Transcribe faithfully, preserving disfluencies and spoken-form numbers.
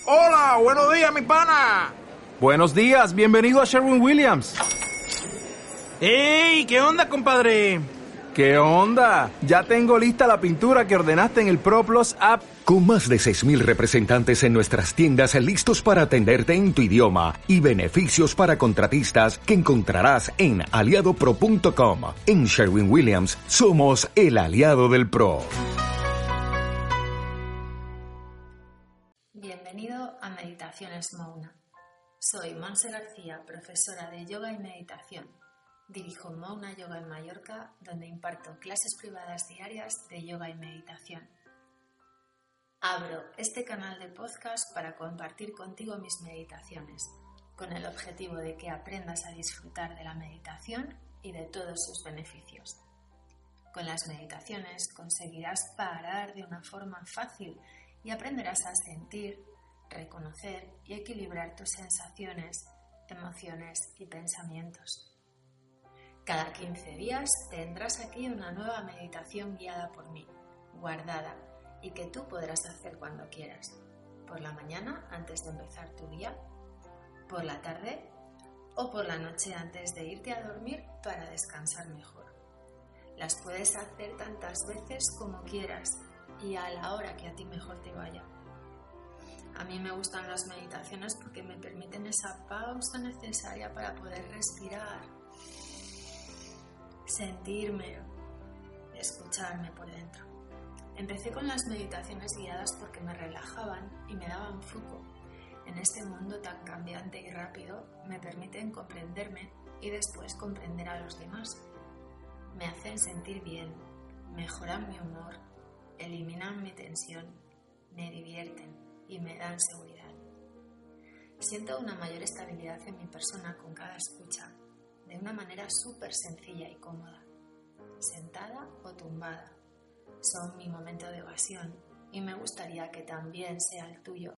Hola, buenos días, mi pana. Buenos días, bienvenido a Sherwin-Williams. ¡Ey! ¿Qué onda, compadre? ¿Qué onda? Ya tengo lista la pintura que ordenaste en el ProPlus app. Con más de seis mil representantes en nuestras tiendas listos para atenderte en tu idioma y beneficios para contratistas que encontrarás en aliado pro punto com. En Sherwin-Williams somos el aliado del pro. Bienvenido a Meditaciones Mouna. Soy Monse García, profesora de yoga y meditación. Dirijo Mouna Yoga en Mallorca, donde imparto clases privadas diarias de yoga y meditación. Abro este canal de podcast para compartir contigo mis meditaciones, con el objetivo de que aprendas a disfrutar de la meditación y de todos sus beneficios. Con las meditaciones conseguirás parar de una forma fácil y aprenderás a sentir, reconocer y equilibrar tus sensaciones, emociones y pensamientos. Cada quince días tendrás aquí una nueva meditación guiada por mí, guardada, y que tú podrás hacer cuando quieras, por la mañana antes de empezar tu día, por la tarde o por la noche antes de irte a dormir para descansar mejor. Las puedes hacer tantas veces como quieras y a la hora que a ti mejor te vaya. A mí me gustan las meditaciones porque me permiten esa pausa necesaria para poder respirar, sentirme, escucharme por dentro. Empecé con las meditaciones guiadas porque me relajaban y me daban foco. En este mundo tan cambiante y rápido me permiten comprenderme y después comprender a los demás. Me hacen sentir bien, mejoran mi humor, eliminan mi tensión, me divierten y me dan seguridad. Siento una mayor estabilidad en mi persona con cada escucha, de una manera súper sencilla y cómoda, sentada o tumbada. Son mi momento de evasión y me gustaría que también sea el tuyo.